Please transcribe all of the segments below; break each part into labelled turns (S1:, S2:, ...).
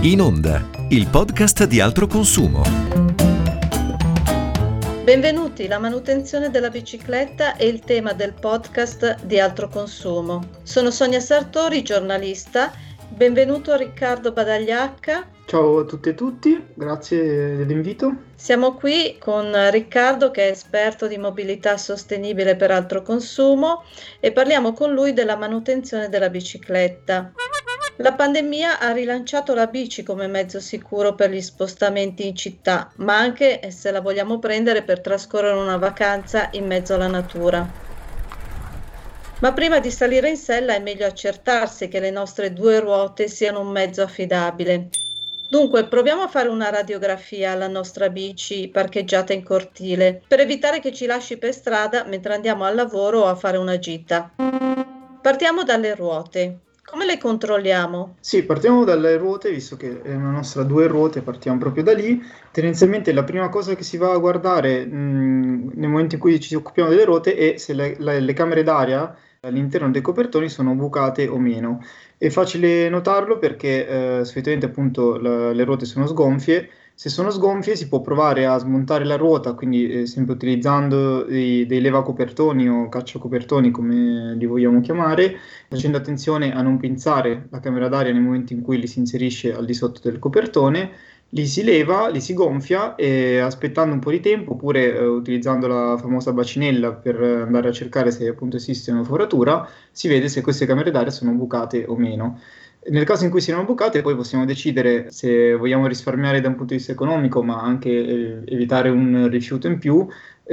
S1: In Onda, il podcast di Altro Consumo.
S2: Benvenuti, la manutenzione della bicicletta è il tema del podcast di Altro Consumo. Sono Sonia Sartori, giornalista. Benvenuto Riccardo Badagliacca.
S3: Ciao a tutte e tutti, grazie dell'invito.
S2: Siamo qui con Riccardo che è esperto di mobilità sostenibile per Altro Consumo e parliamo con lui della manutenzione della bicicletta. La pandemia ha rilanciato la bici come mezzo sicuro per gli spostamenti in città, ma anche, se la vogliamo prendere, per trascorrere una vacanza in mezzo alla natura. Ma prima di salire in sella è meglio accertarsi che le nostre due ruote siano un mezzo affidabile. Dunque, proviamo a fare una radiografia alla nostra bici parcheggiata in cortile, per evitare che ci lasci per strada mentre andiamo al lavoro o a fare una gita. Partiamo dalle ruote. Come le controlliamo?
S3: Sì, partiamo dalle ruote, visto che è una nostra due ruote, partiamo proprio da lì. Tendenzialmente la prima cosa che si va a guardare nel momento in cui ci occupiamo delle ruote è se le camere d'aria all'interno dei copertoni sono bucate o meno. È facile notarlo perché solitamente appunto le ruote sono sgonfie. Se sono sgonfie si può provare a smontare la ruota, quindi sempre utilizzando dei levacopertoni o cacciacopertoni come li vogliamo chiamare, facendo attenzione a non pinzare la camera d'aria nel momento in cui li si inserisce al di sotto del copertone, li si leva, li si gonfia e aspettando un po' di tempo oppure utilizzando la famosa bacinella per andare a cercare se appunto esiste una foratura, si vede se queste camere d'aria sono bucate o meno. Nel caso in cui siano bucate, poi possiamo decidere se vogliamo risparmiare da un punto di vista economico, ma anche evitare un rifiuto in più,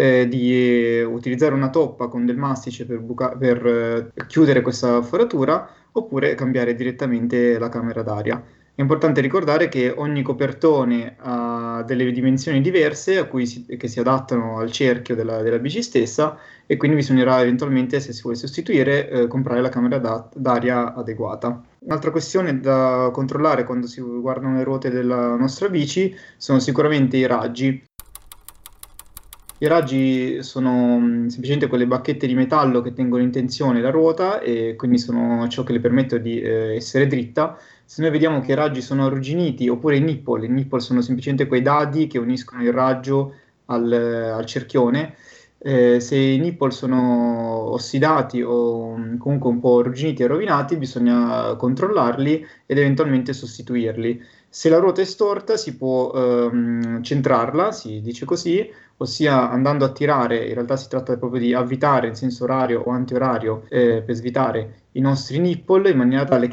S3: di utilizzare una toppa con del mastice per chiudere questa foratura, oppure cambiare direttamente la camera d'aria. È importante ricordare che ogni copertone ha delle dimensioni diverse che si adattano al cerchio della bici stessa e quindi bisognerà eventualmente, se si vuole sostituire, comprare la camera d'aria adeguata. Un'altra questione da controllare quando si guardano le ruote della nostra bici sono sicuramente i raggi. I raggi sono semplicemente quelle bacchette di metallo che tengono in tensione la ruota e quindi sono ciò che le permette di essere dritta. Se noi vediamo che i raggi sono arrugginiti oppure i nipple sono semplicemente quei dadi che uniscono il raggio al cerchione. Se i nipple sono ossidati o comunque un po' arrugginiti e rovinati, bisogna controllarli ed eventualmente sostituirli. Se la ruota è storta si può centrarla, si dice così, ossia andando a tirare, in realtà si tratta proprio di avvitare in senso orario o antiorario per svitare i nostri nipple in maniera tale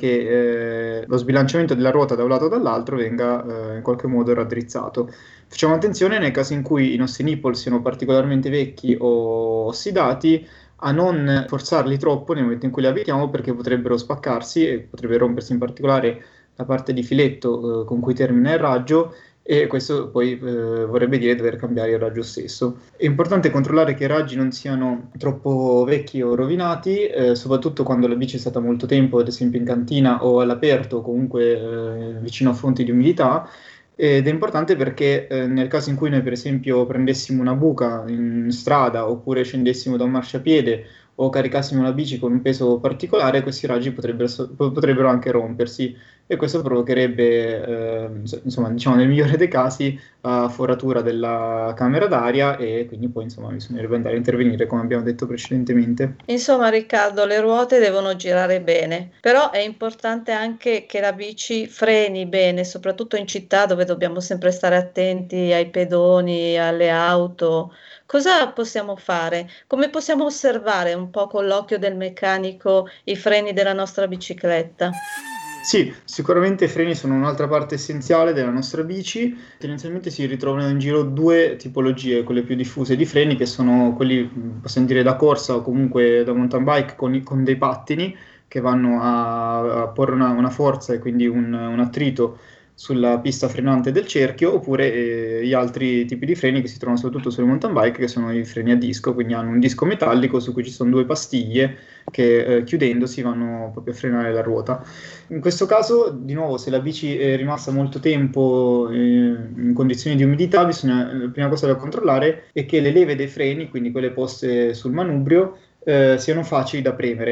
S3: che lo sbilanciamento della ruota da un lato o dall'altro venga in qualche modo raddrizzato. Facciamo attenzione nel caso in cui i nostri nipple siano particolarmente vecchi o ossidati a non forzarli troppo nel momento in cui li avvitiamo perché potrebbero spaccarsi e potrebbe rompersi in particolare la parte di filetto con cui termina il raggio e questo poi vorrebbe dire dover cambiare il raggio stesso. È importante controllare che i raggi non siano troppo vecchi o rovinati, soprattutto quando la bici è stata molto tempo, ad esempio in cantina o all'aperto o comunque vicino a fonti di umidità. Ed è importante perché nel caso in cui noi per esempio prendessimo una buca in strada oppure scendessimo da un marciapiede o caricassimo la bici con un peso particolare, questi raggi potrebbero anche rompersi e questo provocherebbe, insomma, diciamo nel migliore dei casi, la foratura della camera d'aria e quindi poi insomma bisognerebbe andare a intervenire come abbiamo detto precedentemente.
S2: Insomma Riccardo, le ruote devono girare bene, però è importante anche che la bici freni bene, soprattutto in città dove dobbiamo sempre stare attenti ai pedoni, alle auto. Cosa possiamo fare? Come possiamo osservare un po' con l'occhio del meccanico i freni della nostra bicicletta?
S3: Sì, sicuramente i freni sono un'altra parte essenziale della nostra bici. Tendenzialmente si ritrovano in giro due tipologie, quelle più diffuse di freni, che sono quelli, possiamo dire, da corsa o comunque da mountain bike con dei pattini che vanno a porre una forza e quindi un attrito sulla pista frenante del cerchio, oppure gli altri tipi di freni che si trovano soprattutto sulle mountain bike, che sono i freni a disco, quindi hanno un disco metallico su cui ci sono due pastiglie che chiudendosi vanno proprio a frenare la ruota. In questo caso, di nuovo, se la bici è rimasta molto tempo in condizioni di umidità, la prima cosa da controllare è che le leve dei freni, quindi quelle poste sul manubrio, siano facili da premere.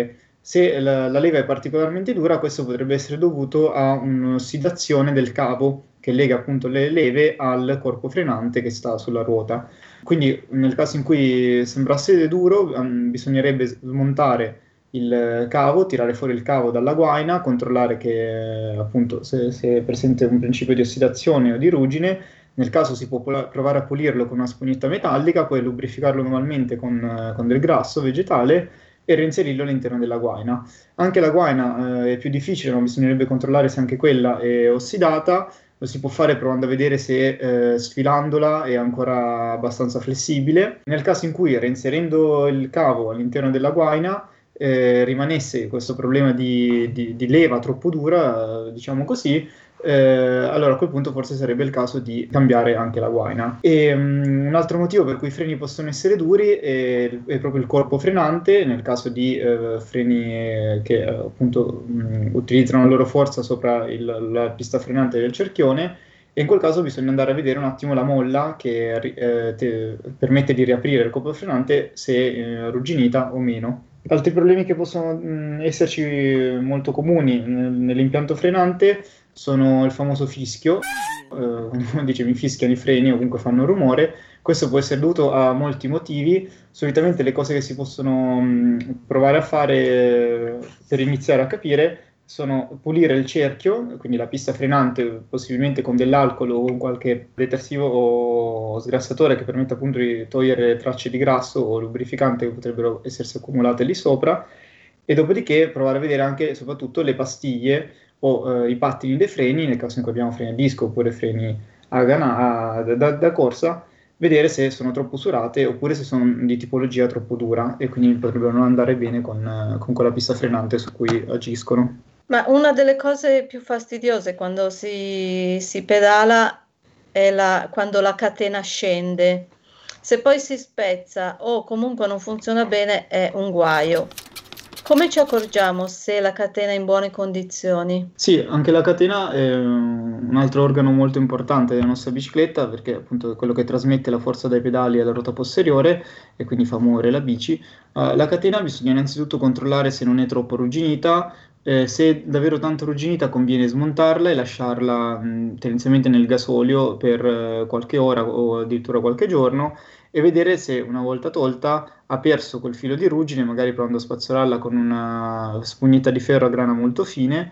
S3: Se la leva è particolarmente dura, questo potrebbe essere dovuto a un'ossidazione del cavo che lega appunto le leve al corpo frenante che sta sulla ruota. Quindi nel caso in cui sembrasse duro, bisognerebbe smontare il cavo, tirare fuori il cavo dalla guaina, controllare che appunto se è presente un principio di ossidazione o di ruggine. Nel caso si può provare a pulirlo con una spugnetta metallica, poi lubrificarlo nuovamente con del grasso vegetale e reinserirlo all'interno della guaina. Anche la guaina è più difficile, ma bisognerebbe controllare se anche quella è ossidata. Lo si può fare provando a vedere se sfilandola è ancora abbastanza flessibile. Nel caso in cui reinserendo il cavo all'interno della guaina rimanesse questo problema di leva troppo dura, diciamo così, allora a quel punto forse sarebbe il caso di cambiare anche la guaina. E un altro motivo per cui i freni possono essere duri è proprio il corpo frenante, nel caso di freni che appunto utilizzano la loro forza sopra la pista frenante del cerchione, e in quel caso bisogna andare a vedere un attimo la molla che permette di riaprire il corpo frenante, se è arrugginita o meno. Altri problemi che possono esserci molto comuni nell'impianto frenante sono il famoso fischio, uno dice mi fischiano i freni o comunque fanno rumore. Questo può essere dovuto a molti motivi. Solitamente le cose che si possono provare a fare per iniziare a capire sono pulire il cerchio, quindi la pista frenante, possibilmente con dell'alcol o con qualche detersivo o sgrassatore che permette appunto di togliere tracce di grasso o lubrificante che potrebbero essersi accumulate lì sopra, e dopodiché provare a vedere anche e soprattutto le pastiglie o i pattini dei freni, nel caso in cui abbiamo freni a disco oppure freni da corsa, vedere se sono troppo usurate oppure se sono di tipologia troppo dura e quindi potrebbero non andare bene con quella pista frenante su cui agiscono.
S2: Ma una delle cose più fastidiose quando si pedala è quando la catena scende. Se poi si spezza o comunque non funziona bene è un guaio. Come ci accorgiamo se la catena è in buone condizioni?
S3: Sì, anche la catena è un altro organo molto importante della nostra bicicletta, perché appunto è quello che trasmette la forza dai pedali alla ruota posteriore e quindi fa muovere la bici. La catena bisogna innanzitutto controllare se non è troppo arrugginita. Se è davvero tanto arrugginita conviene smontarla e lasciarla tendenzialmente nel gasolio per qualche ora o addirittura qualche giorno, e vedere se una volta tolta ha perso quel filo di ruggine, magari provando a spazzolarla con una spugnetta di ferro a grana molto fine,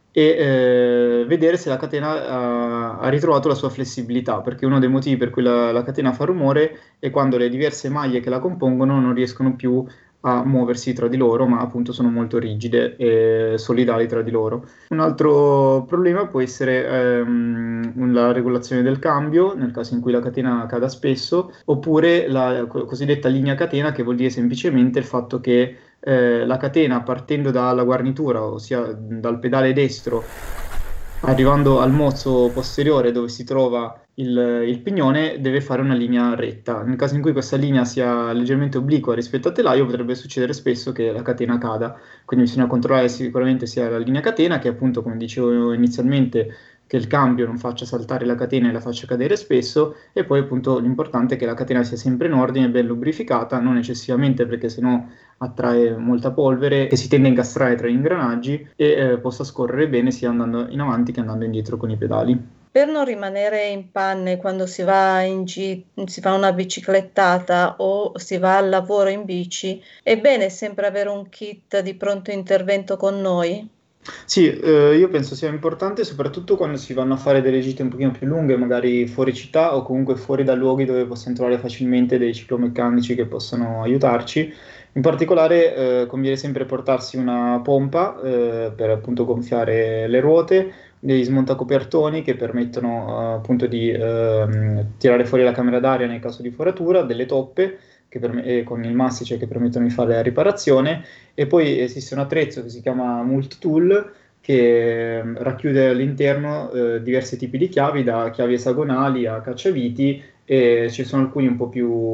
S3: e vedere se la catena ha ritrovato la sua flessibilità, perché uno dei motivi per cui la catena fa rumore è quando le diverse maglie che la compongono non riescono più a muoversi tra di loro, ma appunto sono molto rigide e solidali tra di loro. Un altro problema può essere la regolazione del cambio, nel caso in cui la catena cada spesso, oppure la cosiddetta linea catena, che vuol dire semplicemente il fatto che la catena, partendo dalla guarnitura, ossia dal pedale destro, arrivando al mozzo posteriore dove si trova il pignone, deve fare una linea retta. Nel caso in cui questa linea sia leggermente obliqua rispetto al telaio, potrebbe succedere spesso che la catena cada. Quindi bisogna controllare sicuramente sia la linea catena, che appunto, come dicevo inizialmente, che il cambio non faccia saltare la catena e la faccia cadere spesso, e poi appunto l'importante è che la catena sia sempre in ordine, ben lubrificata, non eccessivamente perché sennò attrae molta polvere che si tende a incastrare tra gli ingranaggi, e possa scorrere bene sia andando in avanti che andando indietro con i pedali.
S2: Per non rimanere in panne quando si va si fa una biciclettata o si va al lavoro in bici, è bene sempre avere un kit di pronto intervento con noi?
S3: Sì, io penso sia importante soprattutto quando si vanno a fare delle gite un pochino più lunghe, magari fuori città o comunque fuori da luoghi dove possiamo trovare facilmente dei ciclomeccanici che possano aiutarci. In particolare conviene sempre portarsi una pompa per appunto gonfiare le ruote, degli smontacopertoni che permettono appunto di tirare fuori la camera d'aria nel caso di foratura, delle toppe con il mastice che permettono di fare la riparazione, e poi esiste un attrezzo che si chiama Multitool che racchiude all'interno diversi tipi di chiavi, da chiavi esagonali a cacciaviti, e ci sono alcuni un po'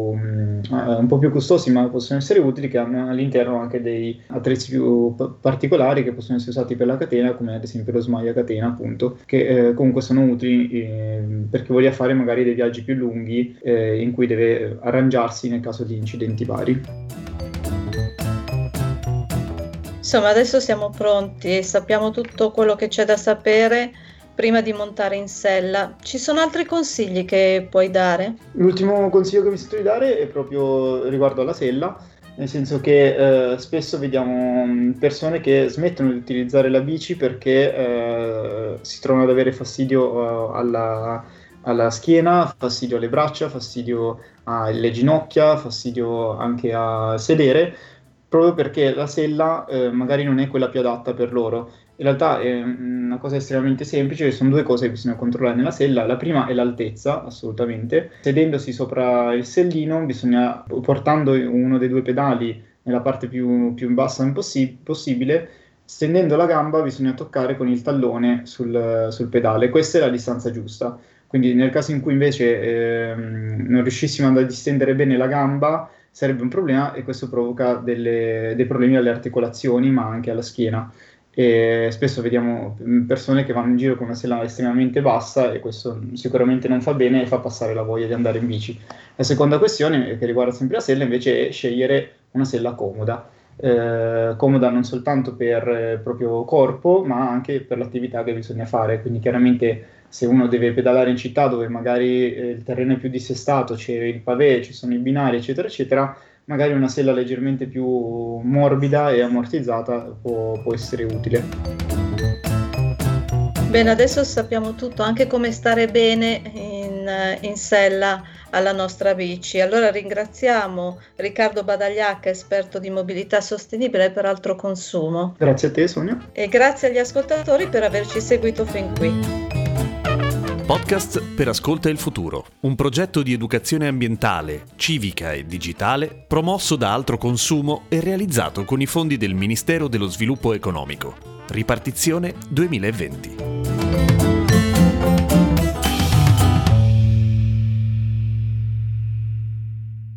S3: più costosi ma possono essere utili, che hanno all'interno anche dei attrezzi più particolari che possono essere usati per la catena, come ad esempio lo smaglia catena, appunto, che comunque sono utili per chi voglia fare magari dei viaggi più lunghi in cui deve arrangiarsi nel caso di incidenti vari.
S2: Insomma, adesso siamo pronti e sappiamo tutto quello che c'è da sapere prima di montare in sella. Ci sono altri consigli che puoi dare?
S3: L'ultimo consiglio che mi sento di dare è proprio riguardo alla sella, nel senso che spesso vediamo persone che smettono di utilizzare la bici perché si trovano ad avere fastidio alla schiena, fastidio alle braccia, fastidio alle ginocchia, fastidio anche a sedere, proprio perché la sella magari non è quella più adatta per loro. In realtà è una cosa estremamente semplice, ci sono due cose che bisogna controllare nella sella. La prima è l'altezza, assolutamente. Sedendosi sopra il sellino, portando uno dei due pedali nella parte più in bassa possibile, stendendo la gamba bisogna toccare con il tallone sul pedale. Questa è la distanza giusta. Quindi nel caso in cui invece non riuscissimo ad distendere bene la gamba, sarebbe un problema e questo provoca dei problemi alle articolazioni, ma anche alla schiena. E spesso vediamo persone che vanno in giro con una sella estremamente bassa e questo sicuramente non fa bene e fa passare la voglia di andare in bici. La seconda questione che riguarda sempre la sella invece è scegliere una sella comoda. Comoda non soltanto per il proprio corpo ma anche per l'attività che bisogna fare, quindi chiaramente se uno deve pedalare in città dove magari il terreno è più dissestato, c'è il pavé, ci sono i binari eccetera eccetera, magari una sella leggermente più morbida e ammortizzata può essere utile.
S2: Bene, adesso sappiamo tutto, anche come stare bene in sella alla nostra bici. Allora ringraziamo Riccardo Badagliacca, esperto di mobilità sostenibile per altro consumo.
S3: Grazie a te, Sonia.
S2: E grazie agli ascoltatori per averci seguito fin qui.
S1: Podcast per Ascolta il Futuro, un progetto di educazione ambientale, civica e digitale promosso da Altro Consumo e realizzato con i fondi del Ministero dello Sviluppo Economico. Ripartizione 2020.